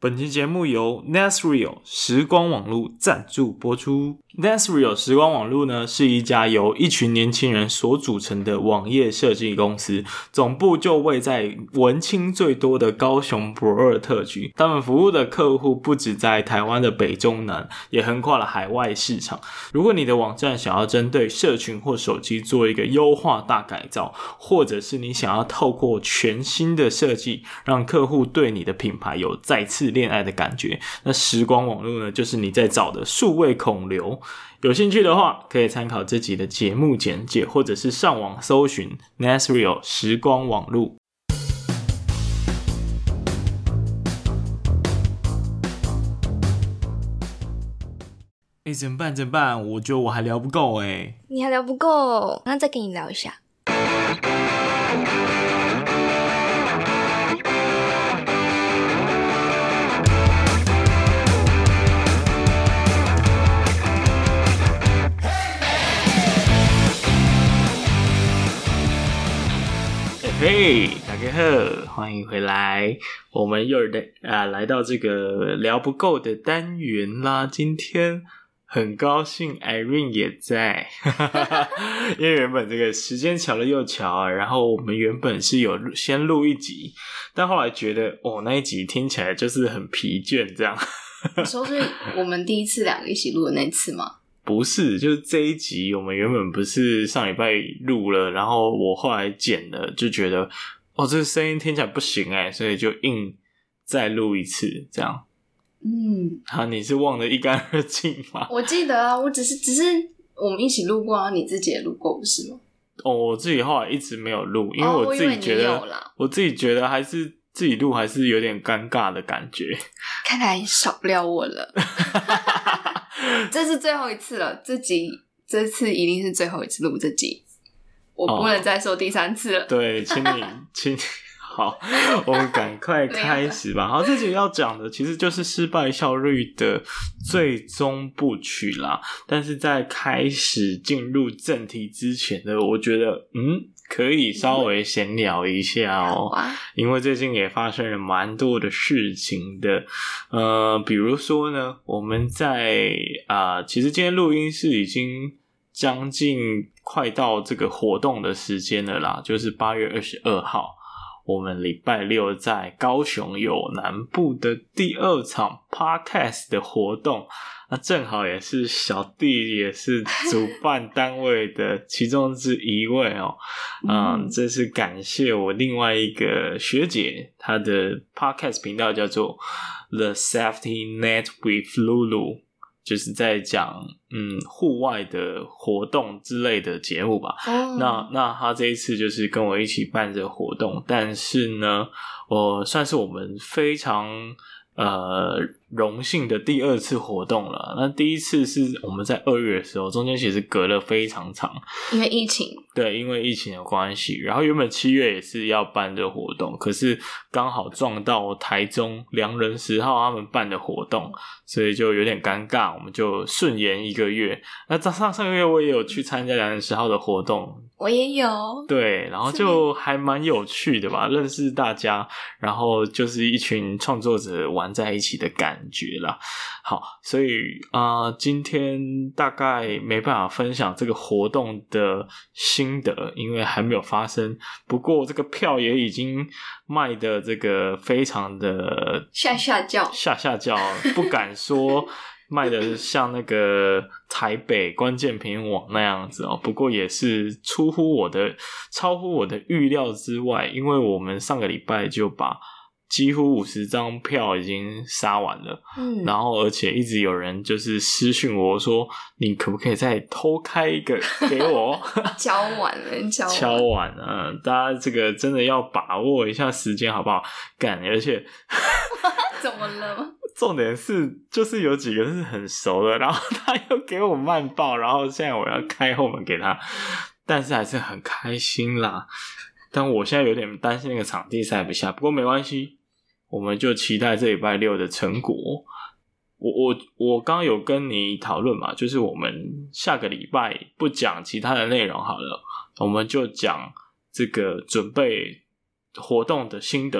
本期节目由 Nasreal 时光网络赞助播出。Nasreal 时光网络呢，是一家由一群年轻人所组成的网页设计公司，总部就位在文青最多的高雄駁二特区。他们服务的客户不止在台湾的北中南，也横跨了海外市场。如果你的网站想要针对社群或手机做一个优化大改造，或者是你想要透过全新的设计让客户对你的品牌有再次恋爱的感觉，那时光网络呢，就是你在找的数位孔流。有兴趣的话，可以参考这集的节目简介，或者是上网搜寻 Nasreal 时光网络。怎么办？怎么办？我觉得我还聊不够你还聊不够，那再跟你聊一下。 嘿，大家好，欢迎回来，我们又来到这个聊不够的单元啦。今天很高兴 Irene 也在因为原本这个时间巧了又巧然后我们原本是有先录一集，但后来觉得那一集听起来就是很疲倦这样你说是我们第一次两个一起录的那次吗？ 不是，就是这一集我们原本不是上礼拜录了，然后我后来剪了，就觉得这个声音听起来不行所以就硬再录一次这样。你是忘得一干二净吗？ 我记得啊，我只是我们一起录过啊，你自己也录过不是吗？ 我自己后来一直没有录，因为我自己觉得我自己觉得还是自己录还是有点尴尬的感觉。 看来少不了我了这是最后一次了，这次一定是最后一次录这集，我不能再说第三次了。 对，请好，我们赶快开始吧。好，这集要讲的其实就是失败效率的最终部曲啦。但是在开始进入正题之前呢，我觉得可以稍微闲聊一下因为最近也发生了蛮多的事情的。比如说呢，我们在其实今天录音是已经将近快到这个活动的时间了啦，就是8月22号。我们礼拜六在高雄有南部的第2场 podcast 的活动，那正好也是小弟也是主办单位的其中之一位这是感谢我另外一个学姐，她的 podcast 频道叫做 The Safety Net with Lulu， 就是在讲户外的活动之类的节目吧。那他这一次就是跟我一起办这个活动，但是呢算是我们非常荣幸的第2次活动了。那第一次是我们在2月的时候，中间其实隔了非常长， 因为疫情。 对，因为疫情的关系，然后原本7月也是要办这个活动，可是刚好撞到台中良人10号他们办的活动，所以就有点尴尬，我们就顺延1个月。那上个月我也有去参加良人10号的活动， 我也有。对， 然后就还蛮有趣的吧，认识大家，然后就是一群创作者玩在一起的感觉啦。好，所以今天大概没办法分享这个活动的心得，因为还没有发生。不过这个票也已经卖的这个非常的下叫， 不敢说卖的像那个台北关键评网那样子不过也是超乎我的预料之外，因为我们上个礼拜就把几乎50张票已经杀完了，然后而且一直有人就是私讯我说你可不可以再偷开一个给我敲碗大家这个真的要把握一下时间好不好？而且怎么了？ 重点是就是有几个是很熟的，然后他又给我慢报，然后现在我要开后门给他，但是还是很开心啦。但我现在有点担心那个场地塞不下，不过没关系，我们就期待这礼拜6的成果。我刚刚有跟你讨论嘛，就是我们下个礼拜不讲其他的内容好了，我们就讲这个准备活动的心得，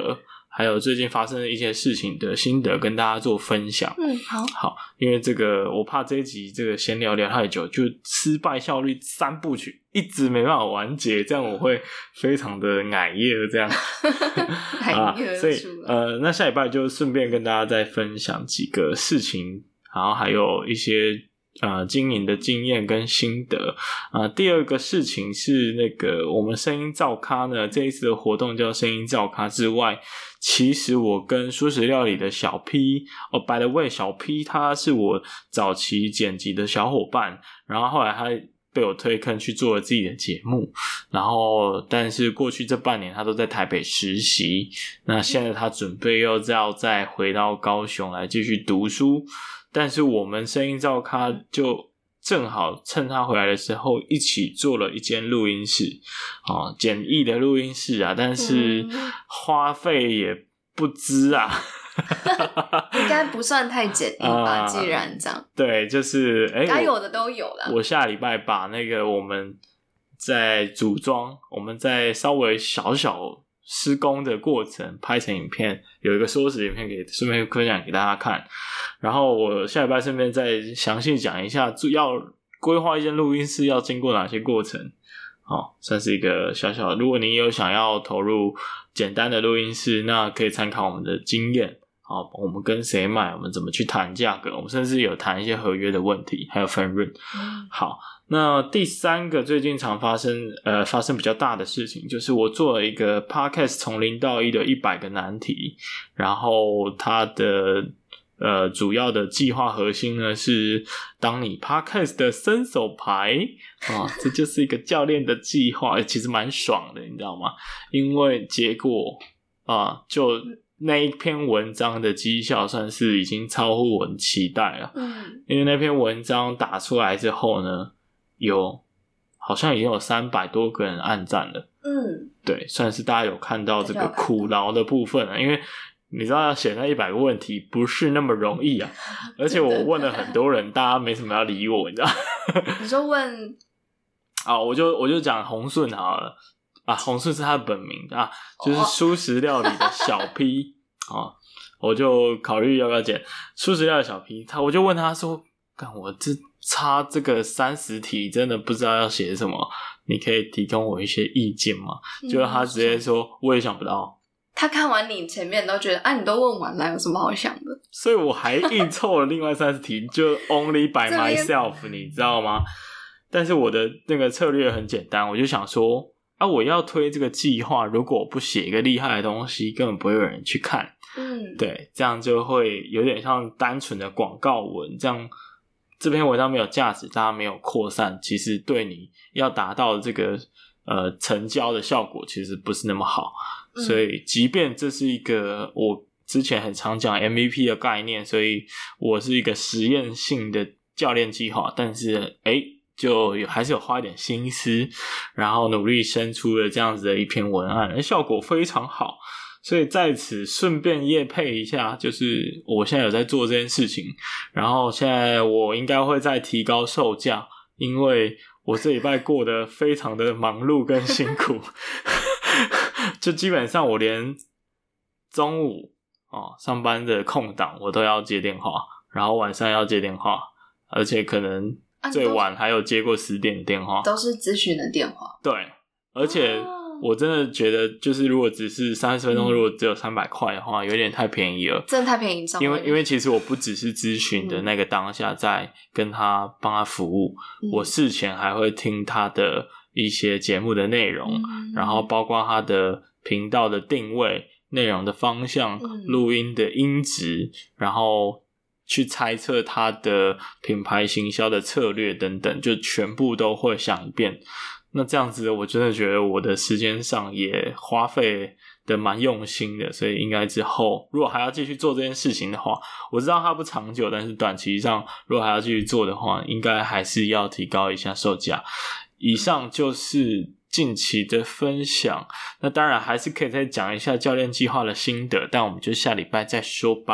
还有最近发生的一些事情的心得跟大家做分享。好，因为这个我怕这一集这个闲聊聊太久，就失败效率3部曲一直没办法完结，这样我会非常的矮夜这样所以那下礼拜就顺便跟大家再分享几个事情，然后还有一些经营的经验跟心得。第二个事情是那个我们声音造咖呢，这一次的活动叫声音造咖之外，其实我跟蔬食料理的小 P by the way 小 P 他是我早期剪辑的小伙伴，然后后来他被我推坑去做了自己的节目，然后但是过去这半年他都在台北实习，那现在他准备要再回到高雄来继续读书，但是我们声音造咖就正好趁他回来的时候一起做了一间录音室简易的录音室啊，但是花费也不支啊应该不算太简易吧既然这样。 对，就是该有的都有了。 我下礼拜把那个我们在组装，我们在稍微小施工的过程拍成影片，有一个缩时影片给顺便分享给大家看，然后我下礼拜顺便再详细讲一下要规划一间录音室要经过哪些过程算是一个小小的，如果你有想要投入简单的录音室，那可以参考我们的经验我们跟谁买，我们怎么去谈价格，我们甚至有谈一些合约的问题还有分润。好，那第三个最近常发生比较大的事情，就是我做了一个 podcast 从0到1的100个难题，然后它的主要的计划核心呢是当你 podcast 的伸手牌这就是一个教练的计划其实蛮爽的你知道吗？因为结果就那一篇文章的绩效算是已经超乎我的期待了。因为那篇文章打出来之后呢，好像已经有300多个人按赞了。对，算是大家有看到这个苦劳的部分了，因为你知道要写那100个问题不是那么容易啊，而且我问了很多人，大家没什么要理我，你知道你说问我就讲洪顺好了洪顺是他的本名就是蔬食料理的小 P 我就考虑要不要剪蔬食料理小 P， 我就问他说干我差这个30题真的不知道要写什么，你可以提供我一些意见吗？就他直接说我也想不到， 他看完你前面都觉得你都问完了有什么好想的， 所以我还硬凑了另外30题就 only by myself 你知道吗？但是我的那个策略很简单，我就想说我要推这个计划，如果我不写一个厉害的东西根本不会有人去看。对，这样就会有点像单纯的广告文，这样这篇文章没有价值，大家没有扩散，其实对你要达到这个成交的效果其实不是那么好。所以即便这是一个我之前很常讲 MVP 的概念，所以我是一个实验性的教练计划，但是就还是有花一点心思，然后努力生出了这样子的一篇文案，效果非常好。所以在此顺便业配一下，就是我现在有在做这件事情，然后现在我应该会再提高售价，因为我这礼拜过得非常的忙碌跟辛苦就基本上我连中午上班的空档我都要接电话，然后晚上要接电话，而且可能最晚还有接过10点的电话， 都是咨询的电话。 对，而且我真的觉得就是如果只是30分钟如果只有300块的话有点太便宜了， 真的太便宜。 因为其实我不只是咨询的那个当下在跟他帮他服务，我事前还会听他的一些节目的内容，然后包括他的频道的定位、内容的方向、录音的音质，然后去猜测他的品牌行销的策略等等，就全部都会想一遍。那这样子我真的觉得我的时间上也花费的蛮用心的，所以应该之后如果还要继续做这件事情的话，我知道它不长久，但是短期上如果还要继续做的话，应该还是要提高一下售价。以上就是近期的分享，那当然还是可以再讲一下教练计划的心得，但我们就下礼拜再说吧。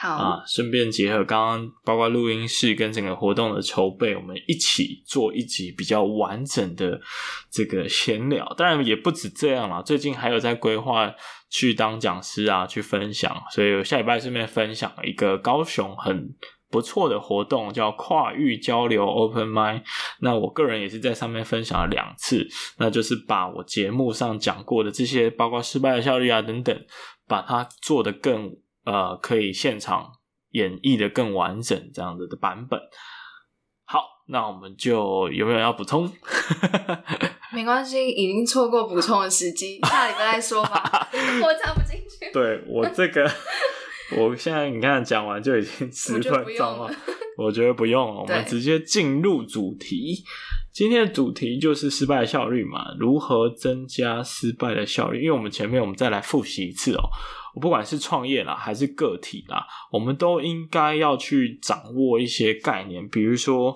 好顺便结合刚刚包括录音室跟整个活动的筹备，我们一起做一集比较完整的这个闲聊。当然也不止这样啦，最近还有在规划去当讲师啊，去分享，所以下礼拜顺便分享一个高雄很不错的活动，叫跨域交流 Open Mind。 那我个人也是在上面分享了2次，那就是把我节目上讲过的这些包括失败的效率啊等等，把它做得更可以现场演绎的更完整这样子的版本。好，那我们就有没有要补充？ 没关系，已经错过补充的时机，下礼拜再说吧。我插不进去。 对，我这个我现在你看讲完就已经10分钟了，我觉得不用了，我们直接进入主题。今天的主题就是失败的效率嘛，如何增加失败的效率。因为我们前面我们再来复习一次哦，不管是创业啦还是个体啦，我们都应该要去掌握一些概念，比如说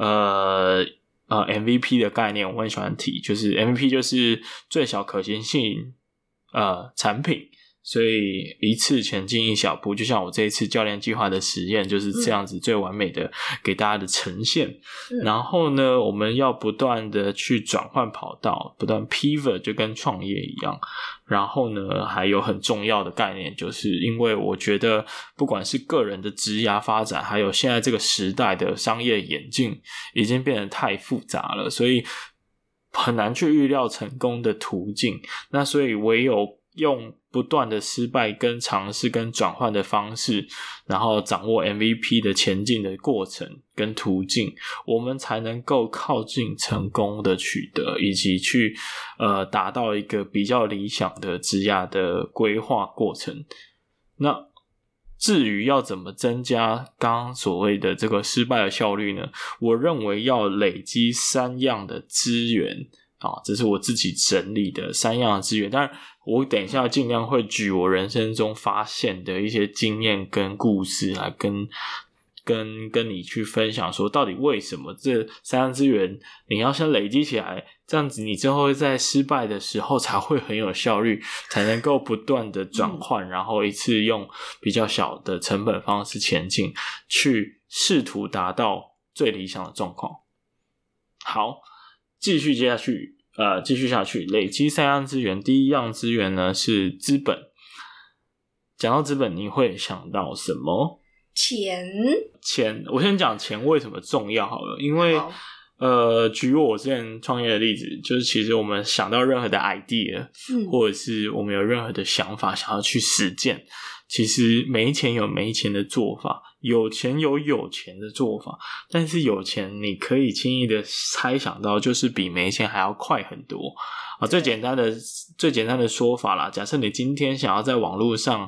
MVP 的概念我很喜欢提，就是 MVP 就是最小可行性产品，所以一次前进一小步，就像我这一次教练计划的实验就是这样子最完美的给大家的呈现。然后呢，我们要不断的去转换跑道，不断 pivot， 就跟创业一样。然后呢，还有很重要的概念，就是因为我觉得不管是个人的职涯发展，还有现在这个时代的商业演进已经变得太复杂了，所以很难去预料成功的途径。那所以唯有用不断的失败跟尝试跟转换的方式，然后掌握 MVP 的前进的过程跟途径，我们才能够靠近成功的取得，以及去达到一个比较理想的职涯的规划过程。那至于要怎么增加刚刚所谓的这个失败的效率呢？我认为要累积3样的资源。这是我自己整理的3样的资源，当然我等一下尽量会举我人生中发现的一些经验跟故事来跟你去分享，说到底为什么这3样资源你要先累积起来，这样子你之后在失败的时候才会很有效率，才能够不断的转换，然后一次用比较小的成本方式前进，去试图达到最理想的状况。好，继续下去，累积3样资源。第一样资源呢是资本。讲到资本，你会想到什么？钱。我先讲钱为什么重要好了，因为举我之前创业的例子，就是其实我们想到任何的 idea，或者是我们有任何的想法想要去实践，其实没钱有没钱的做法，有钱有有钱的做法，但是有钱你可以轻易的猜想到就是比没钱还要快很多最简单的说法啦，假设你今天想要在网络上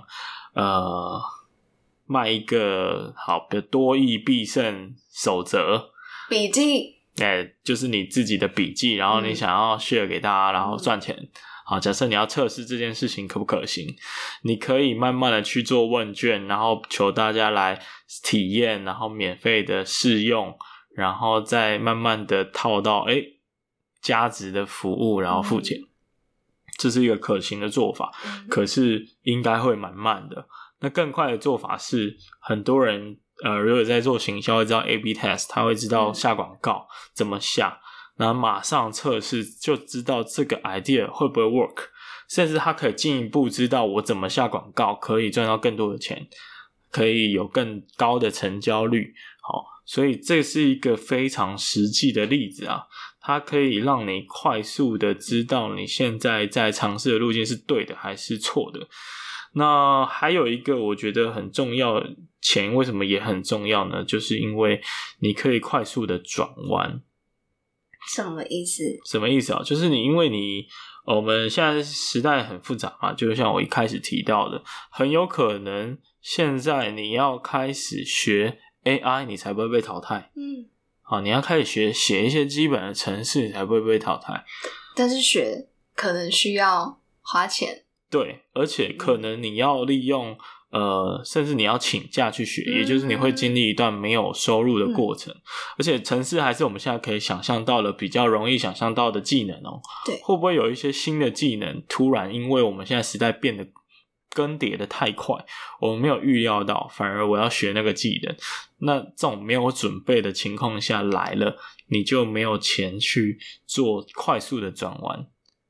卖一个好的多益必胜守则笔记， 就是你自己的笔记，然后你想要 share 给大家，然后赚钱。好，假设你要测试这件事情可不可行，你可以慢慢的去做问卷，然后求大家来体验，然后免费的试用，然后再慢慢的套到价值的服务，然后付钱。这是一个可行的做法，可是应该会蛮慢的。那更快的做法是，很多人如果在做行销会知道 A/B test， 他会知道下广告怎么下，然后马上测试就知道这个 idea 会不会 work， 甚至他可以进一步知道我怎么下广告可以赚到更多的钱，可以有更高的成交率。好，所以这是一个非常实际的例子啊，它可以让你快速的知道你现在在尝试的路径是对的还是错的。那还有一个我觉得很重要，钱为什么也很重要呢？就是因为你可以快速的转弯。 什么意思啊？就是因为我们现在时代很复杂嘛，就像我一开始提到的，很有可能现在你要开始学 AI 你才不会被淘汰。好，你要开始写一些基本的程式才不会被淘汰。 但是学可能需要花钱。 对，而且可能你要利用甚至你要请假去学，也就是你会经历一段没有收入的过程。而且程式还是我们现在可以想象到的比较容易想象到的技能哦。 对， 会不会有一些新的技能突然因为我们现在时代变得更迭的太快，我没有预料到，反而我要学那个技能。那这种没有准备的情况下来了，你就没有钱去做快速的转弯。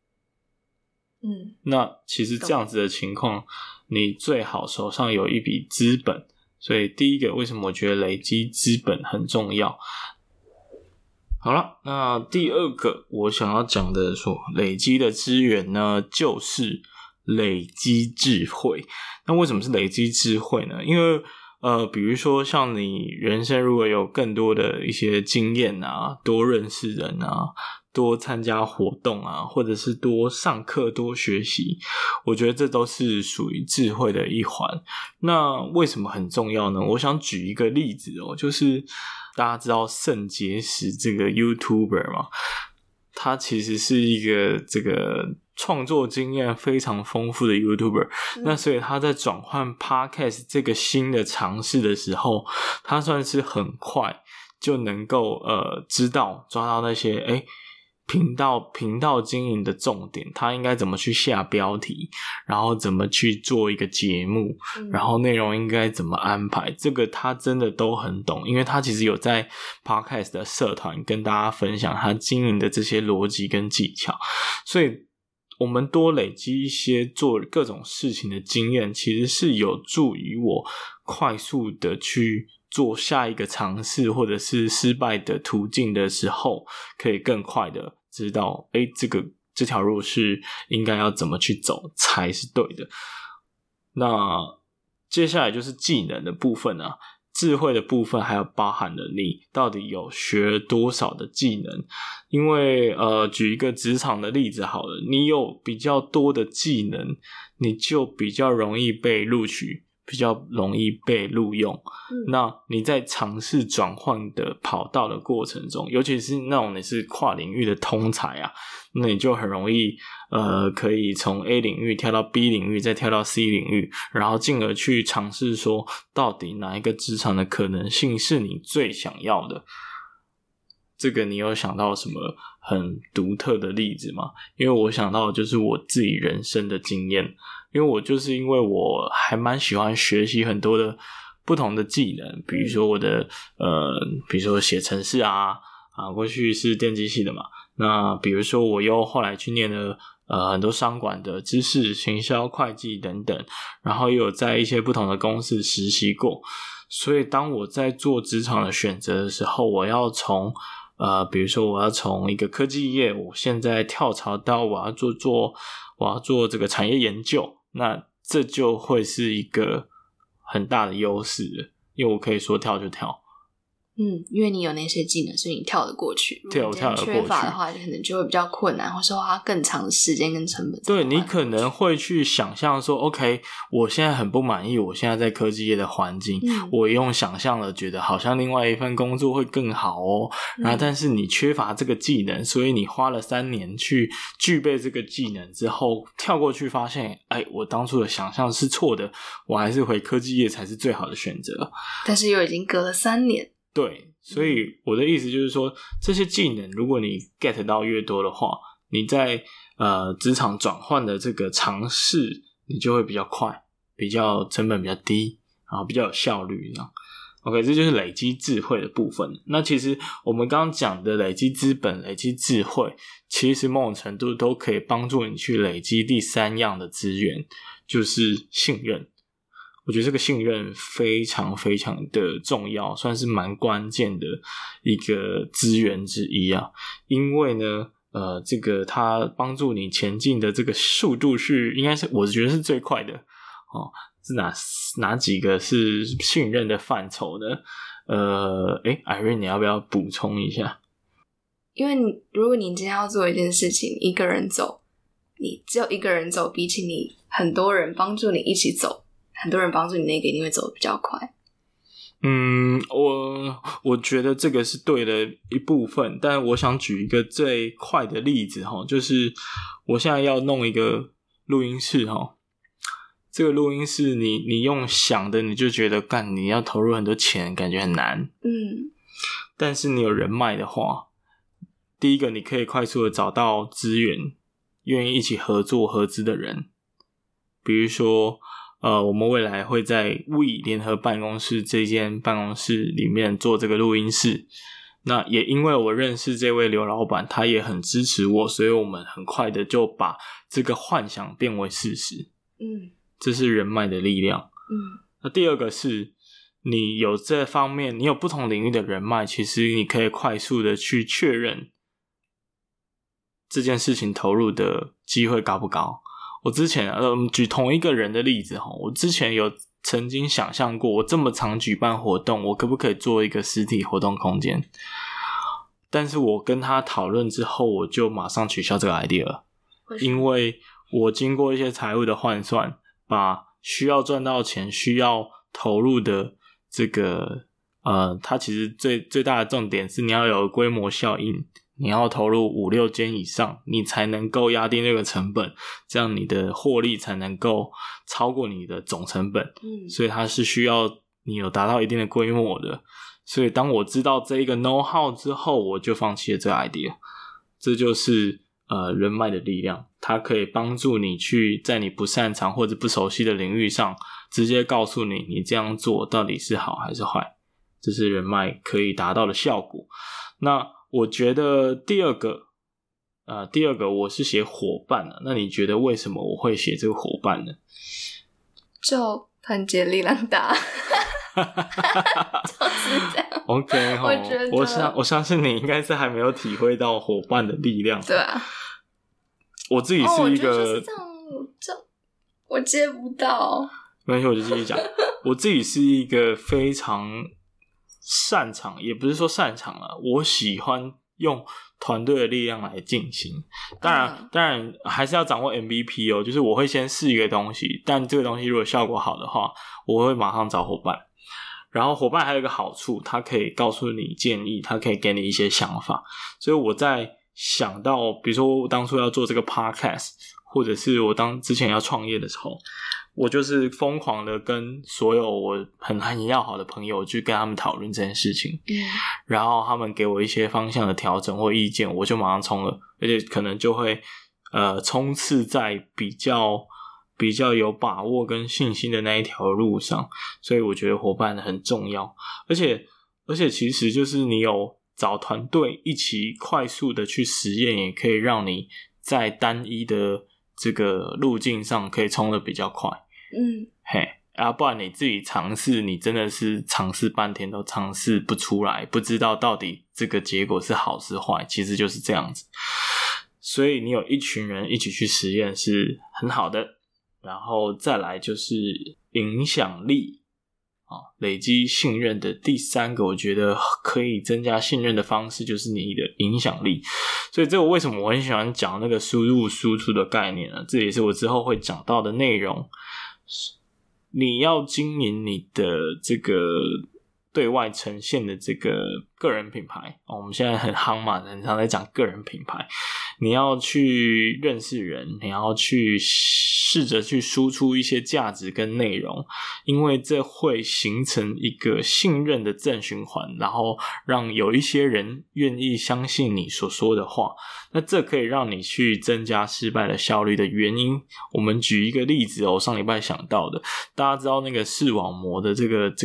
那其实这样子的情况，你最好手上有一笔资本。所以第一个，为什么我觉得累积资本很重要？好了，那第二个我想要讲的说，累积的资源呢，就是累积智慧。那为什么是累积智慧呢？因为比如说像你人生如果有更多的一些经验啊，多认识人啊，多参加活动啊，或者是多上课多学习，我觉得这都是属于智慧的一环。那为什么很重要呢？我想举一个例子就是大家知道肾结石这个 YouTuber 嘛，他其实是一个这个创作经验非常丰富的 YouTuber，那所以他在转换 Podcast 这个新的尝试的时候，他算是很快就能够知道抓到那些频道经营的重点，他应该怎么去下标题，然后怎么去做一个节目，然后内容应该怎么安排，这个他真的都很懂，因为他其实有在 Podcast 的社团跟大家分享他经营的这些逻辑跟技巧，所以我们多累积一些做各种事情的经验，其实是有助于我快速的去做下一个尝试或者是失败的途径的时候，可以更快的知道这条路是应该要怎么去走才是对的。那接下来就是技能的部分啊，智慧的部分还有包含了你到底有学多少的技能。因为举一个职场的例子好了，你有比较多的技能，你就比较容易被录取，比较容易被录用。那你在尝试转换的跑道的过程中，尤其是那种你是跨领域的通才啊，那你就很容易可以从 A 领域跳到 B 领域，再跳到 C 领域，然后进而去尝试说到底哪一个职场的可能性是你最想要的。这个你有想到什么很独特的例子吗？因为我想到的就是我自己人生的经验，因为我还蛮喜欢学习很多的不同的技能，比如说比如说写程式啊，过去是电机系的嘛，那比如说我又后来去念了很多商管的知识，行销、会计等等，然后又有在一些不同的公司实习过，所以当我在做职场的选择的时候，比如说我要从一个科技业，我现在跳槽到我要做这个产业研究，那这就会是一个很大的优势了，因为我可以说跳就跳。 因为你有那些技能，所以你跳得过去。如果你缺乏的话，可能就会比较困难，或是花更长的时间跟成本。 对，你可能会去想象说 OK， 我现在很不满意我现在在科技业的环境，我用想象了觉得好像另外一份工作会更好然后但是你缺乏这个技能，所以你花了3年去具备这个技能之后，跳过去发现我当初的想象是错的，我还是回科技业才是最好的选择。 但是又已经隔了3年。 对，所以我的意思就是说，这些技能如果你 get 到越多的话，你在职场转换的这个尝试，你就会比较快，比较成本比较低，然后比较有效率这样。OK， 这就是累积智慧的部分。那其实我们刚刚讲的累积资本、累积智慧，其实某种程度都可以帮助你去累积第3样的资源，就是信任。我觉得这个信任非常非常的重要，算是蛮关键的一个资源之一啊。因为呢这个它帮助你前进的这个速度应该是我觉得是最快的是哪几个是信任的范畴呢？Irene 你要不要补充一下？ 因为如果你今天要做一件事情一个人走，你只有一个人走，比起你很多人帮助你一起走，很多人帮助你，那个一定会走得比较快。 我觉得这个是对的一部分，但我想举一个最快的例子就是我现在要弄一个录音室这个录音室你用想的，你就觉得你要投入很多钱，感觉很难。但是你有人脉的话，第一个你可以快速的找到资源，愿意一起合作合资的人。 比如说我们未来会在 We 联合办公室这间办公室里面做这个录音室，那也因为我认识这位刘老板，他也很支持我，所以我们很快的就把这个幻想变为事实。这是人脉的力量。那第二个是你有这方面，你有不同领域的人脉，其实你可以快速的去确认这件事情投入的机会高不高。我之前举同一个人的例子，我之前有曾经想象过，我这么常举办活动，我可不可以做一个实体活动空间？但是我跟他讨论之后，我就马上取消这个 idea 了，因为我经过一些财务的换算，把需要赚到钱、需要投入的这个它其实最大的重点是你要有规模效应，你要投入5-6间以上，你才能够压低那个成本，这样你的获利才能够超过你的总成本。所以它是需要你有达到一定的规模的。所以当我知道这一个 know how 之后，我就放弃了这个 idea。这就是人脉的力量，它可以帮助你去在你不擅长或者不熟悉的领域上，直接告诉你你这样做到底是好还是坏。这是人脉可以达到的效果。那我觉得第二个我是写伙伴那你觉得为什么我会写这个伙伴呢？ 就团结力量大。就是这样。 OK， 我觉得我相信你应该是还没有体会到伙伴的力量。 对啊， 我自己是一个， 我觉得就是这样，我接不到。 没关系，我就继续讲。我自己是一个非常擅长，也不是说擅长啦，我喜欢用团队的力量来进行。当然还是要掌握 MVP 就是我会先试一个东西，但这个东西如果效果好的话，我会马上找伙伴。然后伙伴还有一个好处，他可以告诉你建议，他可以给你一些想法。所以我在想到比如说我当初要做这个 podcast， 或者是我之前要创业的时候，我就是疯狂的跟所有我很要好的朋友去跟他们讨论这件事情。然后他们给我一些方向的调整或意见，我就马上冲了，而且可能就会冲刺在比较有把握跟信心的那一条路上。所以我觉得伙伴很重要，而且其实就是你有找团队一起快速的去实验，也可以让你在单一的这个路径上可以冲得比较快。不然你自己尝试，你真的是尝试半天都尝试不出来，不知道到底这个结果是好是坏，其实就是这样子。所以你有一群人一起去实验是很好的。然后再来就是影响力累积信任的第三个，我觉得可以增加信任的方式就是你的影响力。所以这个为什么我很喜欢讲那个输入输出的概念呢？这也是我之后会讲到的内容。你要经营你的这个对外呈现的这个个人品牌我们现在很夯嘛，很常在讲个人品牌。你要去认识人，你要去试着去输出一些价值跟内容，因为这会形成一个信任的正循环，然后让有一些人愿意相信你所说的话。那这可以让你去增加失败的效率的原因，我们举一个例子上礼拜想到的，大家知道那个视网膜的这个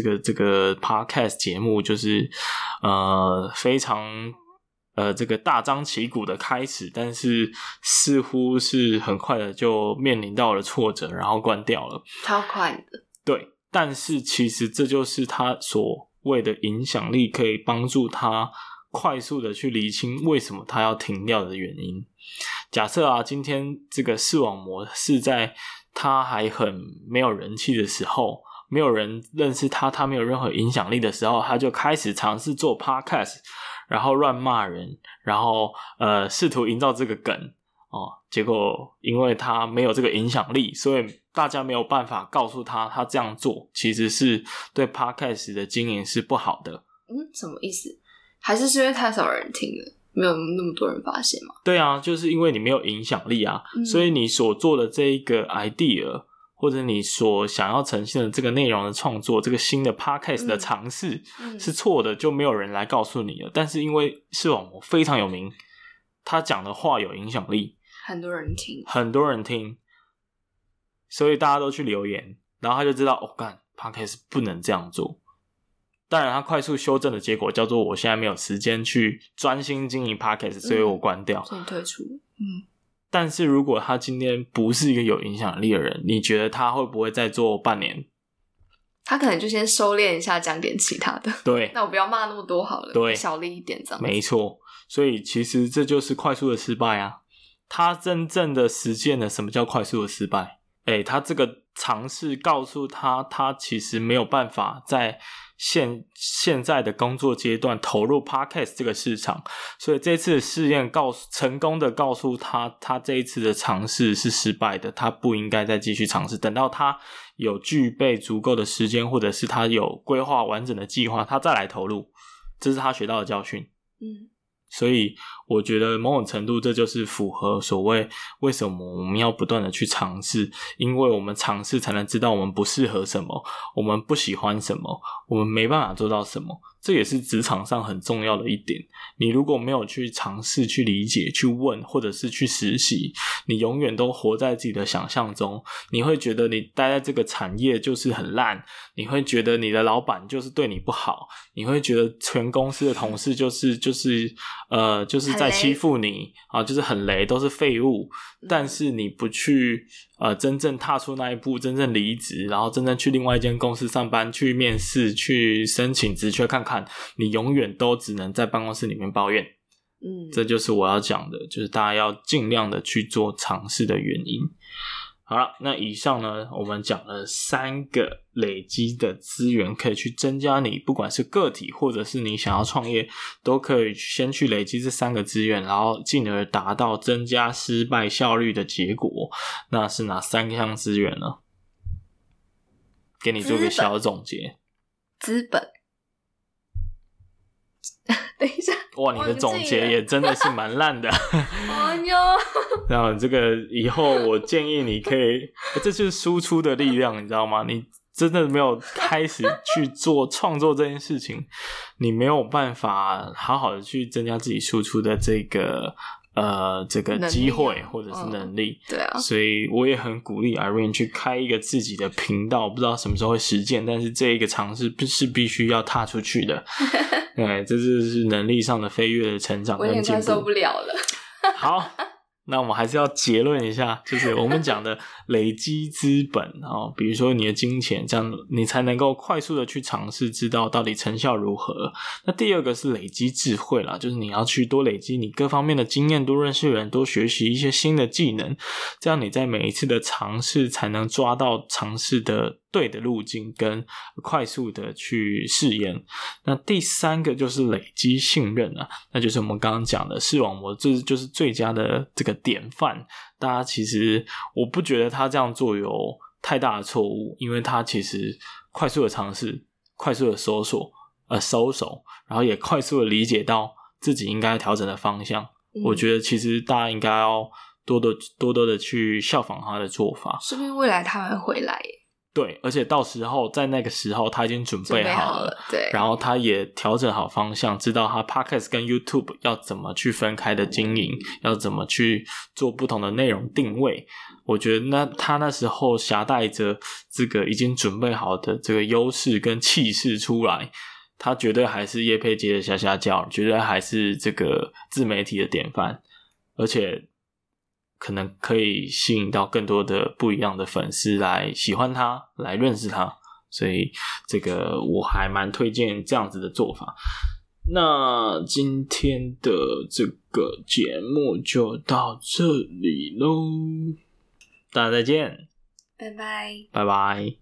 podcast 节目，就是非常这个大张旗鼓的开始，但是似乎是很快的就面临到了挫折，然后关掉了， 超快的。 对，但是其实这就是他所谓的影响力，可以帮助他快速的去厘清为什么他要停掉的原因。假设今天这个视网膜是在他还很没有人气的时候，没有人认识他，他没有任何影响力的时候，他就开始尝试做 podcast， 然后乱骂人，然后试图营造这个梗结果因为他没有这个影响力，所以大家没有办法告诉他这样做其实是对 podcast 的经营是不好的。 什么意思？还是因为太少人听了，没有那么多人发现吗？ 对啊，就是因为你没有影响力所以你所做的这一个 idea，或者你所想要呈现的这个内容的创作，这个新的 podcast 的尝试是错的，就没有人来告诉你了。但是因为视网膜非常有名，他讲的话有影响力，很多人听， 所以大家都去留言，然后他就知道干 Podcast 不能这样做。当然他快速修正的结果叫做我现在没有时间去专心经营 Podcast， 所以我关掉， 所以退出。 但是如果他今天不是一个有影响力的人，你觉得他会不会再做半年？ 他可能就先收敛一下，讲点其他的。 对， 那我不要骂那么多好了， 对， 小力一点这样。 没错，所以其实这就是快速的失败啊。他真正的实践了什么叫快速的失败。他这个尝试告诉他其实没有办法在现在的工作阶段投入 Podcast 这个市场，所以这次的试验成功的告诉他这一次的尝试是失败的，他不应该再继续尝试，等到他有具备足够的时间，或者是他有规划完整的计划，他再来投入，这是他学到的教训。所以我觉得某种程度这就是符合所谓为什么我们要不断的去尝试，因为我们尝试才能知道我们不适合什么，我们不喜欢什么，我们没办法做到什么。这也是职场上很重要的一点，你如果没有去尝试去理解去问或者是去实习，你永远都活在自己的想象中，你会觉得你待在这个产业就是很烂，你会觉得你的老板就是对你不好，你会觉得全公司的同事就是在欺负你啊，就是很雷，都是废物。但是你不去真正踏出那一步，真正离职，然后真正去另外一间公司上班，去面试，去申请职缺看看，你永远都只能在办公室里面抱怨。这就是我要讲的，就是大家要尽量的去做尝试的原因。好了，那以上呢，我们讲了3个累积的资源，可以去增加你不管是个体或者是你想要创业，都可以先去累积这3个资源，然后进而达到增加失败效率的结果。那是哪3项资源呢？给你做个小总结。 资本。等一下， 哇，你的总结也真的是蛮烂的。 哎呦， 然后这个以后我建议你可以，这就是输出的力量，你知道吗？你真的没有开始去做创作这件事情，你没有办法好好的去增加自己输出的这个机会或者是能力。 对啊， 所以我也很鼓励 Irene 去开一个自己的频道，不知道什么时候会实践，但是这一个尝试是必须要踏出去的。对，这就是能力上的飞跃的成长跟进步。 我有点快受不了了。 好，那我们还是要结论一下，就是我们讲的累积资本比如说你的金钱，这样你才能够快速的去尝试，知道到底成效如何。那第二个是累积智慧啦，就是你要去多累积你各方面的经验，多认识人，多学习一些新的技能，这样你在每一次的尝试才能抓到尝试的对的路径，跟快速的去试验。那第3个就是累积信任啊，那就是我们刚刚讲的视网膜，这就是最佳的这个典范。大家其实我不觉得他这样做有太大的错误，因为他其实快速的尝试，快速的收手，然后也快速的理解到自己应该调整的方向。我觉得其实大家应该要多多的去效仿他的做法， 说不定未来他会回来耶。 对，而且到时候在那个时候他已经准备好了， 对， 然后他也调整好方向，知道他 Podcast 跟 YouTube 要怎么去分开的经营，要怎么去做不同的内容定位。我觉得他那时候携带着这个已经准备好的这个优势跟气势出来，他绝对还是业配接的下叫，绝对还是这个自媒体的典范，而且可能可以吸引到更多的不一样的粉丝来喜欢他，来认识他，所以这个我还蛮推荐这样子的做法。那今天的这个节目就到这里咯，大家再见， 拜拜， 拜拜。